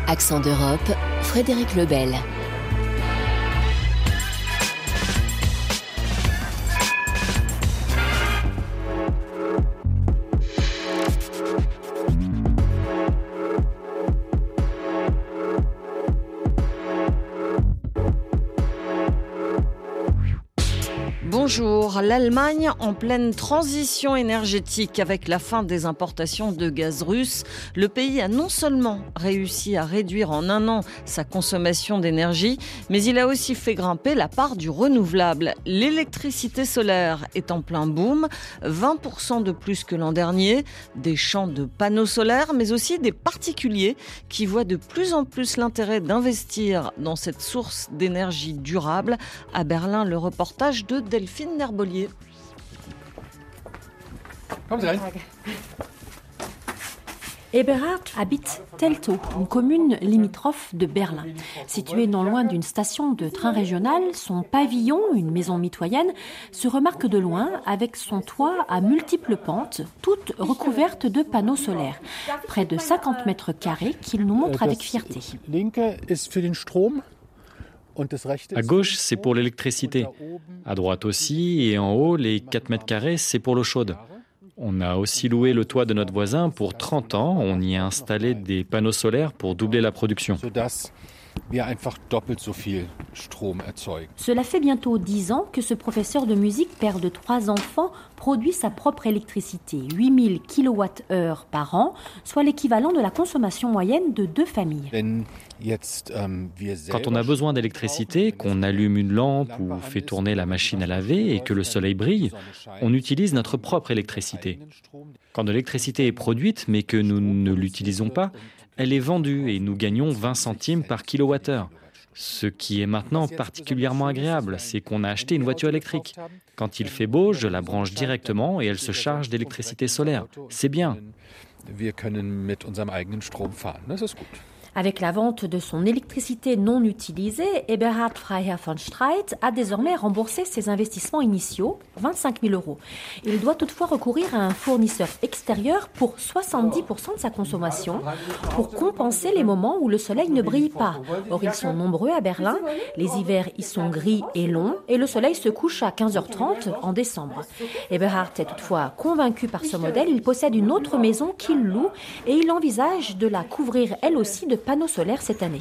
Accent d'Europe, Frédéric Lebel. Bonjour, l'Allemagne en pleine transition énergétique avec la fin des importations de gaz russe. Le pays a non seulement réussi à réduire en un an sa consommation d'énergie, mais il a aussi fait grimper la part du renouvelable. L'électricité solaire est en plein boom, 20% de plus que l'an dernier. Des champs de panneaux solaires, mais aussi des particuliers qui voient de plus en plus l'intérêt d'investir dans cette source d'énergie durable. À Berlin, le reportage de Delphine Nerbolier. Eberhard habite Teltow, une commune limitrophe de Berlin. Située non loin d'une station de train régional, son pavillon, une maison mitoyenne, se remarque de loin avec son toit à multiples pentes, toutes recouvertes de panneaux solaires. Près de 50 mètres carrés qu'il nous montre avec fierté. À gauche, c'est pour l'électricité. À droite aussi, et en haut, les 4 mètres carrés, c'est pour l'eau chaude. On a aussi loué le toit de notre voisin pour 30 ans. On y a installé des panneaux solaires pour doubler la production. Cela fait bientôt 10 ans que ce professeur de musique, père de 3 enfants, produit sa propre électricité, 8000 kWh par an, soit l'équivalent de la consommation moyenne de 2 familles. Quand on a besoin d'électricité, qu'on allume une lampe ou fait tourner la machine à laver et que le soleil brille, on utilise notre propre électricité. Quand de l'électricité est produite mais que nous ne l'utilisons pas, elle est vendue et nous gagnons 20 centimes par kilowattheure. Ce qui est maintenant particulièrement agréable, c'est qu'on a acheté une voiture électrique. Quand il fait beau, je la branche directement et elle se charge d'électricité solaire. C'est bien. Avec la vente de son électricité non utilisée, Eberhard Freiherr von Streit a désormais remboursé ses investissements initiaux, 25 000 €. Il doit toutefois recourir à un fournisseur extérieur pour 70% de sa consommation, pour compenser les moments où le soleil ne brille pas. Or, ils sont nombreux à Berlin, les hivers y sont gris et longs, et le soleil se couche à 15h30 en décembre. Eberhard est toutefois convaincu par ce modèle, il possède une autre maison qu'il loue, et il envisage de la couvrir elle aussi de panneaux solaires cette année.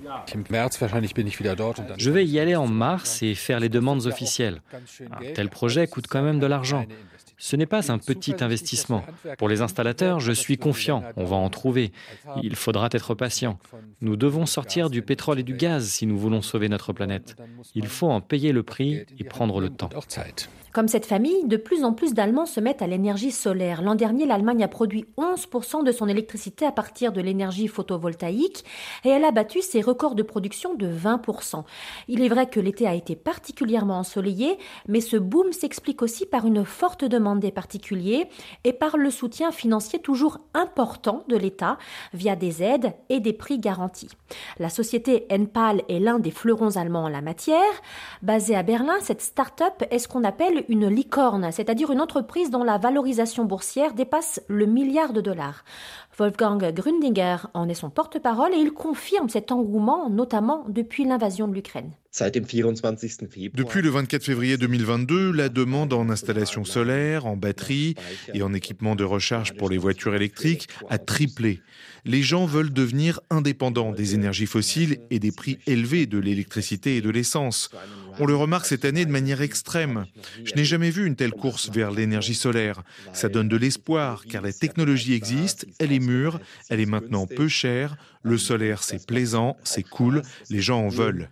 Je vais y aller en mars et faire les demandes officielles. Un tel projet coûte quand même de l'argent. Ce n'est pas un petit investissement. Pour les installateurs, je suis confiant, on va en trouver. Il faudra être patient. Nous devons sortir du pétrole et du gaz si nous voulons sauver notre planète. Il faut en payer le prix et prendre le temps. Comme cette famille, de plus en plus d'Allemands se mettent à l'énergie solaire. L'an dernier, l'Allemagne a produit 11% de son électricité à partir de l'énergie photovoltaïque et elle a battu ses records de production de 20%. Il est vrai que l'été a été particulièrement ensoleillé, mais ce boom s'explique aussi par une forte demande des particuliers et par le soutien financier toujours important de l'État via des aides et des prix garantis. La société Enpal est l'un des fleurons allemands en la matière. Basée à Berlin, cette start-up est ce qu'on appelle une licorne, c'est-à-dire une entreprise dont la valorisation boursière dépasse le $1 milliard. Wolfgang Gründinger en est son porte-parole et il confirme cet engouement, notamment depuis l'invasion de l'Ukraine. Depuis le 24 février 2022, la demande en installation solaire, en batterie et en équipement de recharge pour les voitures électriques a triplé. Les gens veulent devenir indépendants des énergies fossiles et des prix élevés de l'électricité et de l'essence. On le remarque cette année de manière extrême. Je n'ai jamais vu une telle course vers l'énergie solaire. Ça donne de l'espoir car la technologie existe, elle est mûre, elle est maintenant peu chère. Le solaire, c'est plaisant, c'est cool, les gens en veulent.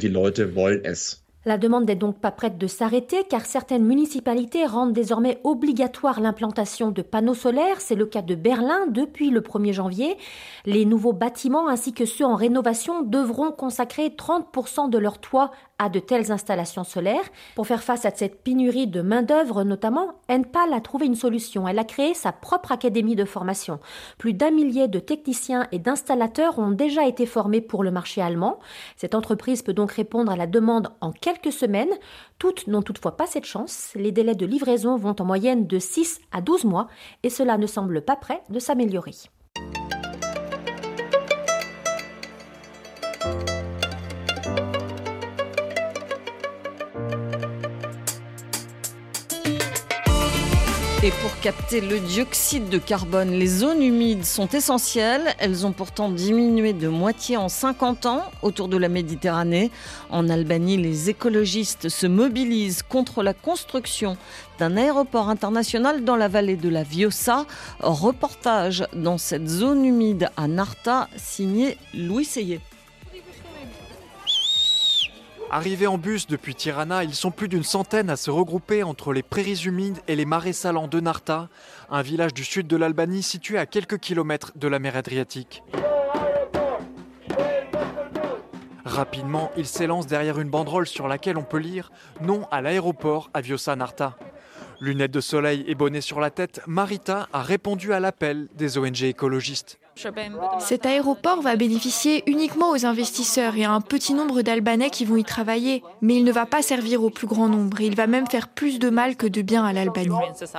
La demande n'est donc pas prête de s'arrêter car certaines municipalités rendent désormais obligatoire l'implantation de panneaux solaires. C'est le cas de Berlin depuis le 1er janvier. Les nouveaux bâtiments ainsi que ceux en rénovation devront consacrer 30% de leur toit à de telles installations solaires. Pour faire face à cette pénurie de main-d'œuvre notamment, Enpal a trouvé une solution. Elle a créé sa propre académie de formation. Plus d'1 millier de techniciens et d'installateurs ont déjà été formés pour le marché allemand. Cette entreprise peut donc répondre à la demande en quelques semaines. Toutes n'ont toutefois pas cette chance. Les délais de livraison vont en moyenne de 6 à 12 mois et cela ne semble pas prêt de s'améliorer. Et pour capter le dioxyde de carbone, les zones humides sont essentielles. Elles ont pourtant diminué de moitié en 50 ans autour de la Méditerranée. En Albanie, les écologistes se mobilisent contre la construction d'un aéroport international dans la vallée de la Vjosa. Reportage dans cette zone humide à Narta, signé Louis Seyé. Arrivés en bus depuis Tirana, ils sont plus d'une centaine à se regrouper entre les prairies humides et les marais salants de Narta, un village du sud de l'Albanie situé à quelques kilomètres de la mer Adriatique. Rapidement, ils s'élancent derrière une banderole sur laquelle on peut lire « Non à l'aéroport à Vjosa Narta ». Lunettes de soleil et bonnet sur la tête, Marita a répondu à l'appel des ONG écologistes. Cet aéroport va bénéficier uniquement aux investisseurs et à un petit nombre d'Albanais qui vont y travailler. Mais il ne va pas servir au plus grand nombre et il va même faire plus de mal que de bien à l'Albanie.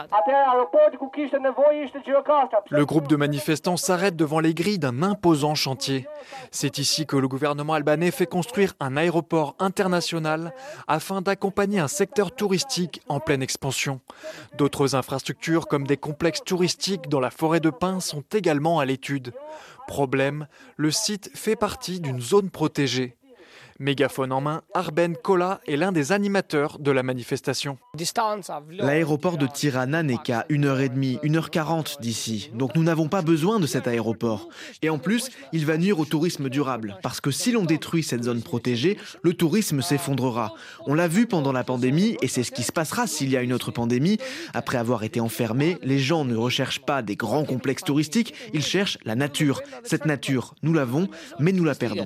Le groupe de manifestants s'arrête devant les grilles d'un imposant chantier. C'est ici que le gouvernement albanais fait construire un aéroport international afin d'accompagner un secteur touristique en pleine expansion. D'autres infrastructures comme des complexes touristiques dans la forêt de pins sont également à l'étude. Problème, le site fait partie d'une zone protégée. Mégaphone en main, Arben Kola est l'un des animateurs de la manifestation. L'aéroport de Tirana n'est qu'à 1h30, 1h40 d'ici, donc nous n'avons pas besoin de cet aéroport. Et en plus, il va nuire au tourisme durable, parce que si l'on détruit cette zone protégée, le tourisme s'effondrera. On l'a vu pendant la pandémie, et c'est ce qui se passera s'il y a une autre pandémie. Après avoir été enfermés, les gens ne recherchent pas des grands complexes touristiques, ils cherchent la nature. Cette nature, nous l'avons, mais nous la perdons.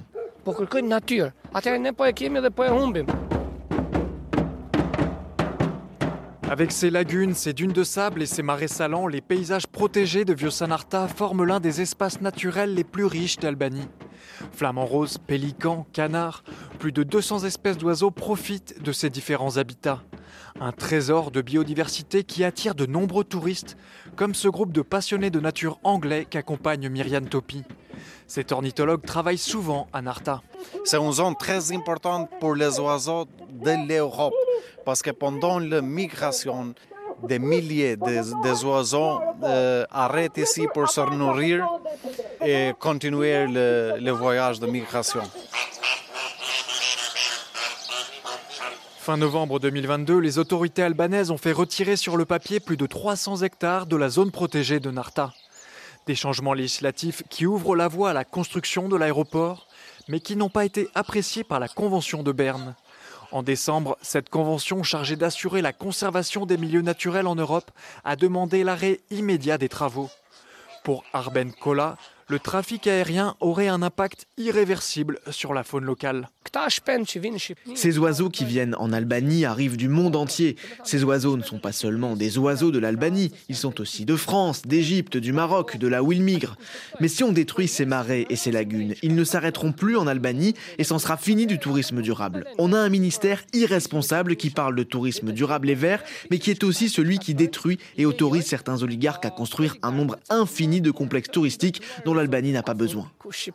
Avec ses lagunes, ses dunes de sable et ses marais salants, les paysages protégés de Vjosa Narta forment l'un des espaces naturels les plus riches d'Albanie. Flamants roses, pélicans, canards, plus de 200 espèces d'oiseaux profitent de ces différents habitats. Un trésor de biodiversité qui attire de nombreux touristes, comme ce groupe de passionnés de nature anglais qu'accompagne Myriam Topi. Cet ornithologue travaille souvent à Narta. C'est une zone très importante pour les oiseaux de l'Europe, parce que pendant la migration, des milliers des oiseaux arrêtent ici pour se nourrir et continuer le voyage de migration. Fin novembre 2022, les autorités albanaises ont fait retirer sur le papier plus de 300 hectares de la zone protégée de Narta. Des changements législatifs qui ouvrent la voie à la construction de l'aéroport, mais qui n'ont pas été appréciés par la Convention de Berne. En décembre, cette convention chargée d'assurer la conservation des milieux naturels en Europe a demandé l'arrêt immédiat des travaux. Pour Arben Kola, le trafic aérien aurait un impact irréversible sur la faune locale. Ces oiseaux qui viennent en Albanie arrivent du monde entier. Ces oiseaux ne sont pas seulement des oiseaux de l'Albanie, ils sont aussi de France, d'Égypte, du Maroc, de là où ils migrent. Mais si on détruit ces marais et ces lagunes, ils ne s'arrêteront plus en Albanie et c'en sera fini du tourisme durable. On a un ministère irresponsable qui parle de tourisme durable et vert, mais qui est aussi celui qui détruit et autorise certains oligarques à construire un nombre infini de complexes touristiques dont l'Albanie n'a pas besoin.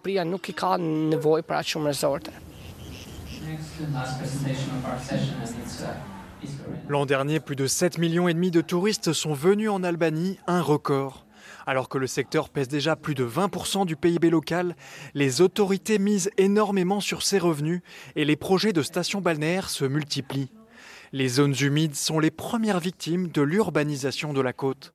L'an dernier, plus de 7,5 millions de touristes sont venus en Albanie, un record. Alors que le secteur pèse déjà plus de 20% du PIB local, les autorités misent énormément sur ces revenus et les projets de stations balnéaires se multiplient. Les zones humides sont les premières victimes de l'urbanisation de la côte.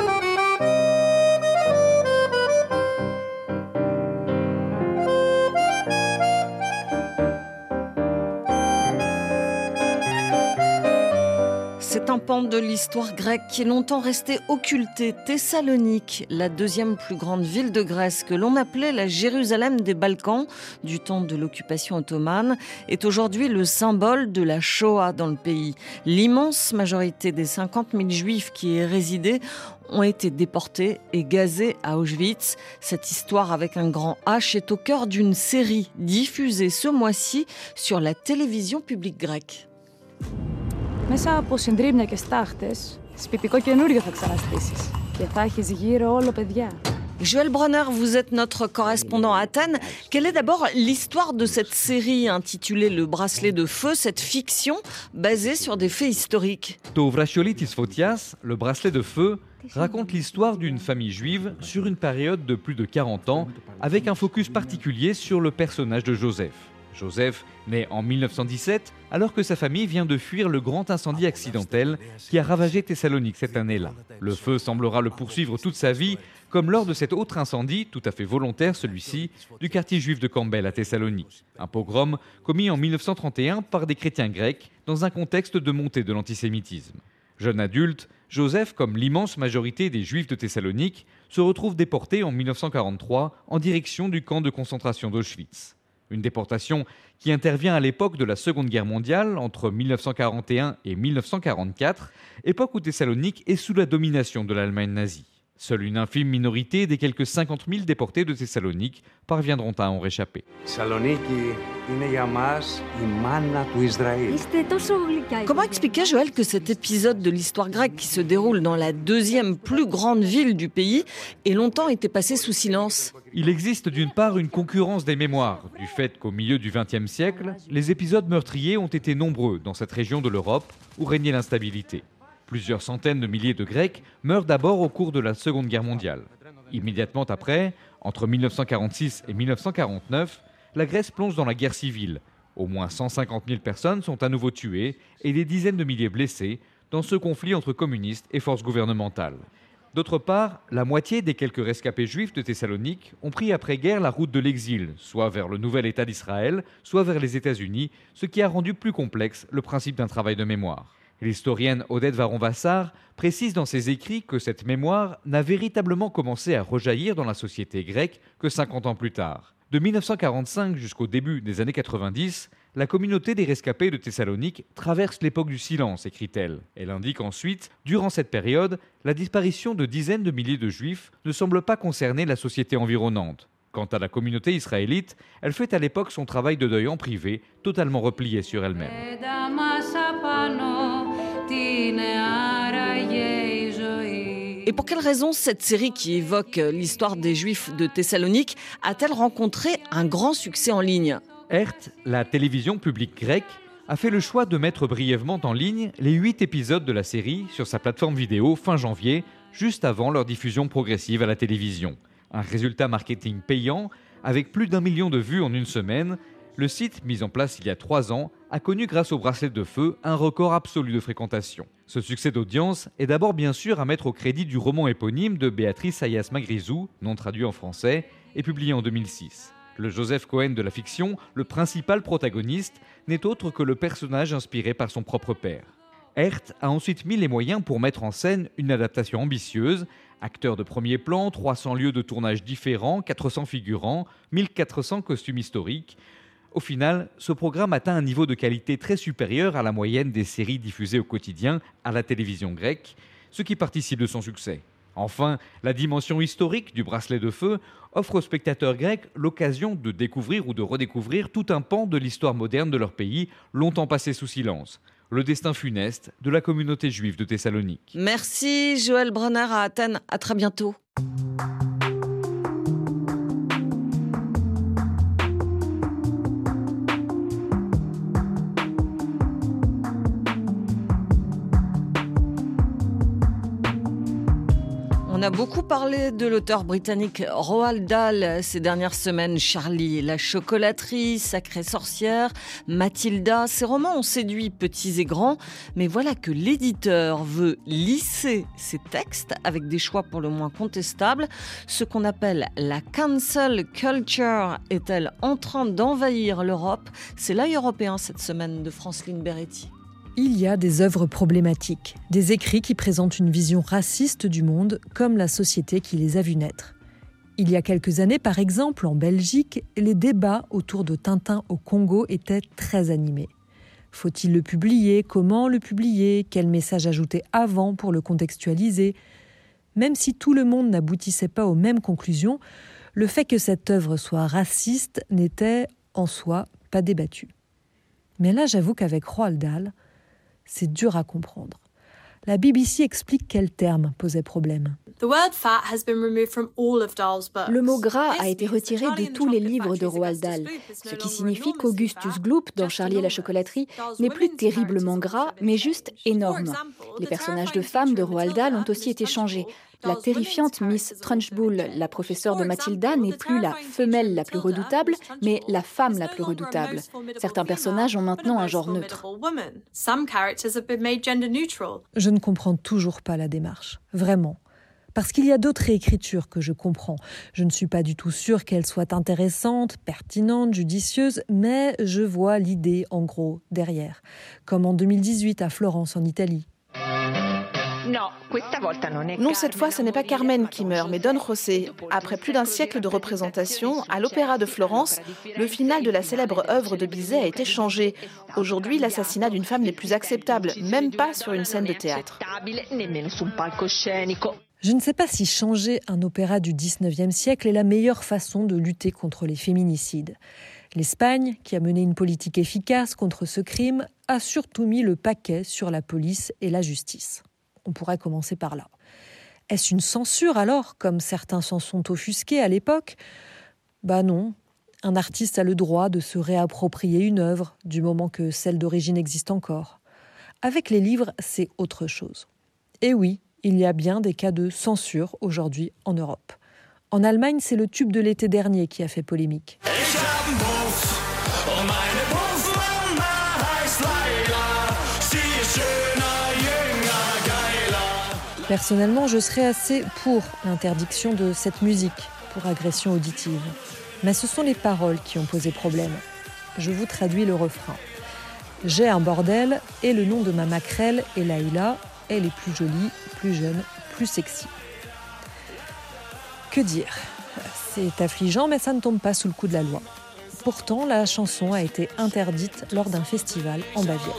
C'est un pan de l'histoire grecque qui est longtemps resté occulté. Thessalonique, la deuxième plus grande ville de Grèce, que l'on appelait la Jérusalem des Balkans du temps de l'occupation ottomane, est aujourd'hui le symbole de la Shoah dans le pays. L'immense majorité des 50 000 juifs qui y résidaient ont été déportés et gazés à Auschwitz. Cette histoire avec un grand H est au cœur d'une série diffusée ce mois-ci sur la télévision publique grecque. Μέσα από συντρίμμια και στάχτες, σπιτικό καινούριο θα ξαναστήσεις και θα έχεις γύρω όλο παιδιά. Joël Bronner, vous êtes notre correspondant à Athènes. Quelle est d'abord l'histoire de cette série intitulée Le bracelet de feu, cette fiction basée sur des faits historiques? To Vrashiolitis Photias, le bracelet de feu, raconte l'histoire d'une famille juive sur une période de plus de 40 ans, avec un focus particulier sur le personnage de Joseph. Joseph naît en 1917, alors que sa famille vient de fuir le grand incendie accidentel qui a ravagé Thessalonique cette année-là. Le feu semblera le poursuivre toute sa vie, comme lors de cet autre incendie, tout à fait volontaire celui-ci, du quartier juif de Campbell à Thessalonique. Un pogrom commis en 1931 par des chrétiens grecs dans un contexte de montée de l'antisémitisme. Jeune adulte, Joseph, comme l'immense majorité des Juifs de Thessalonique, se retrouve déporté en 1943 en direction du camp de concentration d'Auschwitz. Une déportation qui intervient à l'époque de la Seconde Guerre mondiale, entre 1941 et 1944, époque où Thessalonique est sous la domination de l'Allemagne nazie. Seule une infime minorité des quelques 50 000 déportés de Thessalonique parviendront à en réchapper. Comment expliquer, Joël, que cet épisode de l'histoire grecque qui se déroule dans la deuxième plus grande ville du pays ait longtemps été passé sous silence? Il existe d'une part une concurrence des mémoires, du fait qu'au milieu du XXe siècle, les épisodes meurtriers ont été nombreux dans cette région de l'Europe où régnait l'instabilité. Plusieurs centaines de milliers de Grecs meurent d'abord au cours de la Seconde Guerre mondiale. Immédiatement après, entre 1946 et 1949, la Grèce plonge dans la guerre civile. Au moins 150 000 personnes sont à nouveau tuées et des dizaines de milliers blessés dans ce conflit entre communistes et forces gouvernementales. D'autre part, la moitié des quelques rescapés juifs de Thessalonique ont pris après-guerre la route de l'exil, soit vers le nouvel État d'Israël, soit vers les États-Unis, ce qui a rendu plus complexe le principe d'un travail de mémoire. L'historienne Odette Varon-Vassar précise dans ses écrits que cette mémoire n'a véritablement commencé à rejaillir dans la société grecque que 50 ans plus tard. De 1945 jusqu'au début des années 90, la communauté des rescapés de Thessalonique traverse l'époque du silence, écrit-elle. Elle indique ensuite, durant cette période, la disparition de dizaines de milliers de juifs ne semble pas concerner la société environnante. Quant à la communauté israélite, elle fait à l'époque son travail de deuil en privé, totalement repliée sur elle-même. Et pour quelle raison cette série qui évoque l'histoire des Juifs de Thessalonique a-t-elle rencontré un grand succès en ligne? ERT, la télévision publique grecque, a fait le choix de mettre brièvement en ligne les 8 épisodes de la série sur sa plateforme vidéo fin janvier, juste avant leur diffusion progressive à la télévision. Un résultat marketing payant, avec plus d'1 million de vues en une semaine, le site, mis en place il y a 3 ans, a connu grâce au bracelet de feu un record absolu de fréquentation. Ce succès d'audience est d'abord bien sûr à mettre au crédit du roman éponyme de Béatrice Ayas-Magrizou, non traduit en français, et publié en 2006. Le Joseph Cohen de la fiction, le principal protagoniste, n'est autre que le personnage inspiré par son propre père. ERT a ensuite mis les moyens pour mettre en scène une adaptation ambitieuse, acteurs de premier plan, 300 lieux de tournage différents, 400 figurants, 1400 costumes historiques. Au final, ce programme atteint un niveau de qualité très supérieur à la moyenne des séries diffusées au quotidien à la télévision grecque, ce qui participe de son succès. Enfin, la dimension historique du bracelet de feu offre aux spectateurs grecs l'occasion de découvrir ou de redécouvrir tout un pan de l'histoire moderne de leur pays, longtemps passé sous silence. Le destin funeste de la communauté juive de Thessalonique. Merci Joël Bronner à Athènes, à très bientôt. On a beaucoup parlé de l'auteur britannique Roald Dahl ces dernières semaines. Charlie, la chocolaterie, Sacrée sorcière, Mathilda. Ces romans ont séduit petits et grands. Mais voilà que l'éditeur veut lisser ces textes avec des choix pour le moins contestables. Ce qu'on appelle la cancel culture est-elle en train d'envahir l'Europe? C'est l'œil européen cette semaine de Franceline Beretti. Il y a des œuvres problématiques, des écrits qui présentent une vision raciste du monde, comme la société qui les a vus naître. Il y a quelques années, par exemple, en Belgique, les débats autour de Tintin au Congo étaient très animés. Faut-il le publier? Comment le publier? Quel message ajouter avant pour le contextualiser? Même si tout le monde n'aboutissait pas aux mêmes conclusions, le fait que cette œuvre soit raciste n'était, en soi, pas débattu. Mais là, j'avoue qu'avec Roald Dahl, c'est dur à comprendre. La BBC explique quel terme posait problème. Le mot gras a été retiré de tous les livres de Roald Dahl, ce qui signifie qu'Augustus Gloop, dans Charlie et la chocolaterie, n'est plus terriblement gras, mais juste énorme. Les personnages de femmes de Roald Dahl ont aussi été changés. La terrifiante Miss Trunchbull, la professeure de Mathilda, n'est plus la femelle la plus redoutable, mais la femme la plus redoutable. Certains personnages ont maintenant un genre neutre. Je ne comprends toujours pas la démarche, vraiment. Parce qu'il y a d'autres réécritures que je comprends. Je ne suis pas du tout sûre qu'elles soient intéressantes, pertinentes, judicieuses, mais je vois l'idée, en gros, derrière. Comme en 2018 à Florence, en Italie. Non, cette fois, ce n'est pas Carmen qui meurt, mais Don José. Après plus d'un siècle de représentation, à l'Opéra de Florence, le final de la célèbre œuvre de Bizet a été changé. Aujourd'hui, l'assassinat d'une femme n'est plus acceptable, même pas sur une scène de théâtre. Je ne sais pas si changer un opéra du 19e siècle est la meilleure façon de lutter contre les féminicides. L'Espagne, qui a mené une politique efficace contre ce crime, a surtout mis le paquet sur la police et la justice. On pourrait commencer par là. Est-ce une censure alors, comme certains s'en sont offusqués à l'époque ? Bah non. Un artiste a le droit de se réapproprier une œuvre, du moment que celle d'origine existe encore. Avec les livres, c'est autre chose. Et oui, il y a bien des cas de censure aujourd'hui en Europe. En Allemagne, c'est le tube de l'été dernier qui a fait polémique. Personnellement, je serais assez pour l'interdiction de cette musique pour agression auditive. Mais ce sont les paroles qui ont posé problème. Je vous traduis le refrain. J'ai un bordel et le nom de ma maquerelle est Laïla. Elle est plus jolie, plus jeune, plus sexy. Que dire ? C'est affligeant, mais ça ne tombe pas sous le coup de la loi. Pourtant, la chanson a été interdite lors d'un festival en Bavière.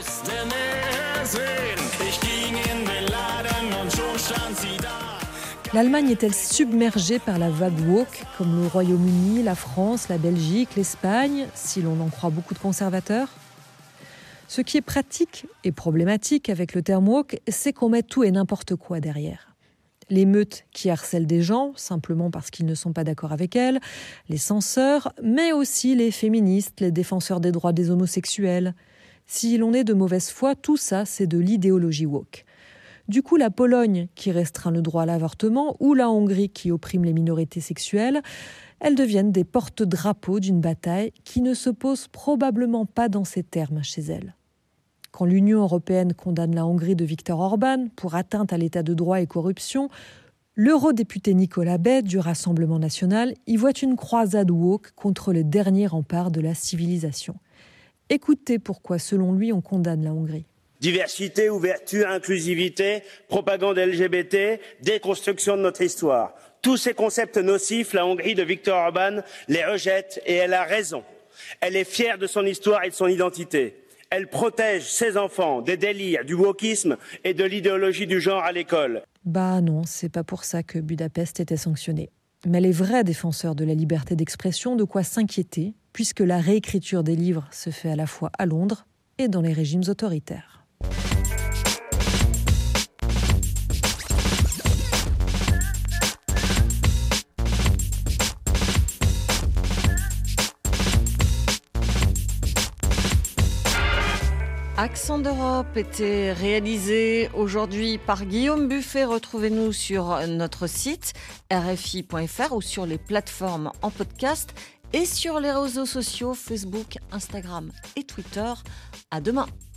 L'Allemagne est-elle submergée par la vague woke, comme le Royaume-Uni, la France, la Belgique, l'Espagne, si l'on en croit beaucoup de conservateurs ? Ce qui est pratique et problématique avec le terme woke, c'est qu'on met tout et n'importe quoi derrière. Les meutes qui harcèlent des gens, simplement parce qu'ils ne sont pas d'accord avec elles, les censeurs, mais aussi les féministes, les défenseurs des droits des homosexuels. Si l'on est de mauvaise foi, tout ça, c'est de l'idéologie woke. Du coup, la Pologne, qui restreint le droit à l'avortement, ou la Hongrie, qui opprime les minorités sexuelles, elles deviennent des porte-drapeaux d'une bataille qui ne se pose probablement pas dans ces termes chez elles. Quand l'Union européenne condamne la Hongrie de Viktor Orban pour atteinte à l'état de droit et corruption, l'eurodéputé Nicolas Bay du Rassemblement national y voit une croisade woke contre le dernier rempart de la civilisation. Écoutez pourquoi, selon lui, on condamne la Hongrie. Diversité, ouverture, inclusivité, propagande LGBT, déconstruction de notre histoire. Tous ces concepts nocifs, la Hongrie de Viktor Orban les rejette et elle a raison. Elle est fière de son histoire et de son identité. Elle protège ses enfants des délires, du wokisme et de l'idéologie du genre à l'école. Bah non, c'est pas pour ça que Budapest était sanctionné. Mais les vrais défenseurs de la liberté d'expression ont de quoi s'inquiéter, puisque la réécriture des livres se fait à la fois à Londres et dans les régimes autoritaires. Accent d'Europe était réalisé aujourd'hui par Guillaume Buffet. Retrouvez-nous sur notre site rfi.fr ou sur les plateformes en podcast et sur les réseaux sociaux Facebook, Instagram et Twitter. À demain.